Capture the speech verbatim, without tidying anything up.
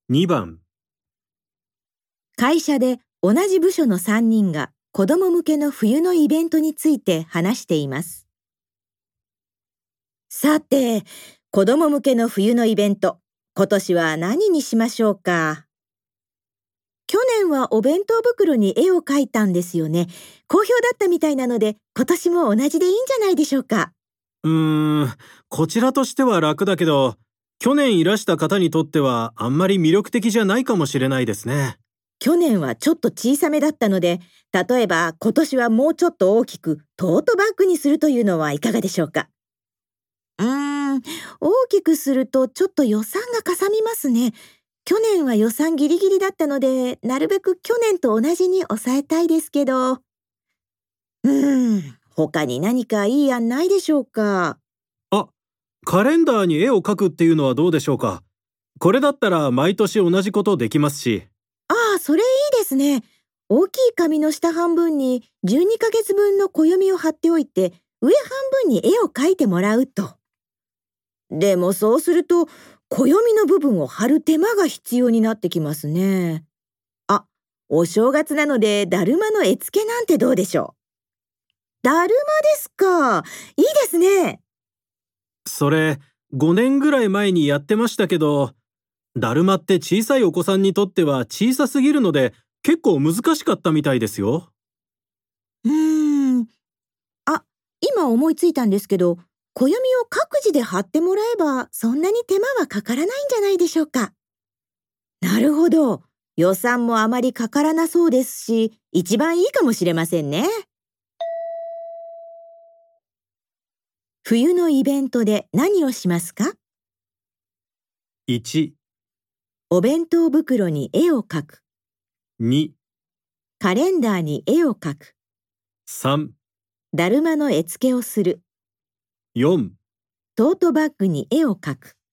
にばん、 会社で同じ部署のさんにんが子供向けの冬のイベントについて話しています。さて、子供向けの冬のイベント、今年は何にしましょうか。去年はお弁当袋に絵を描いたんですよね。好評だったみたいなので、今年も同じでいいんじゃないでしょうか。 うーん、こちらとしては楽だけど、去年いらした方にとってはあんまり魅力的じゃないかもしれないですね。 去年はちょっと小さめだったので、例えば今年はもうちょっと大きくトートバッグにするというのはいかがでしょうか。うーん、大きくするとちょっと予算がかさみますね。去年は予算ギリギリだったので、なるべく去年と同じに抑えたいですけど。うーん、他に何かいい案ないでしょうか。 あ、カレンダーに絵を描くっていうのはどうでしょうか。これだったら毎年同じことできますし。 ああ、それいいですね。大きい紙の下半分にじゅうにかげつぶんの暦を貼っておいて、上半分に絵を描いてもらうと。でもそうすると、暦の部分を貼る手間が必要になってきますね。あ、お正月なので、だるまの絵付けなんてどうでしょう。だるまですか。いいですね。 それ、ごねんぐらい前にやってましたけど、だるまって小さいお子さんにとっては小さすぎるので、結構難しかったみたいですよ。 うーん。あ、今思いついたんですけど、暦を各自で貼ってもらえば、そんなに手間はかからないんじゃないでしょうか。なるほど。予算もあまりかからなそうですし、一番いいかもしれませんね。冬のイベントで何をしますか？ いち、 お弁当袋に絵を描く。 に、 カレンダーに絵を描く。 さん、 だるまの絵付けをする。 よん。 トートバッグに絵を描く。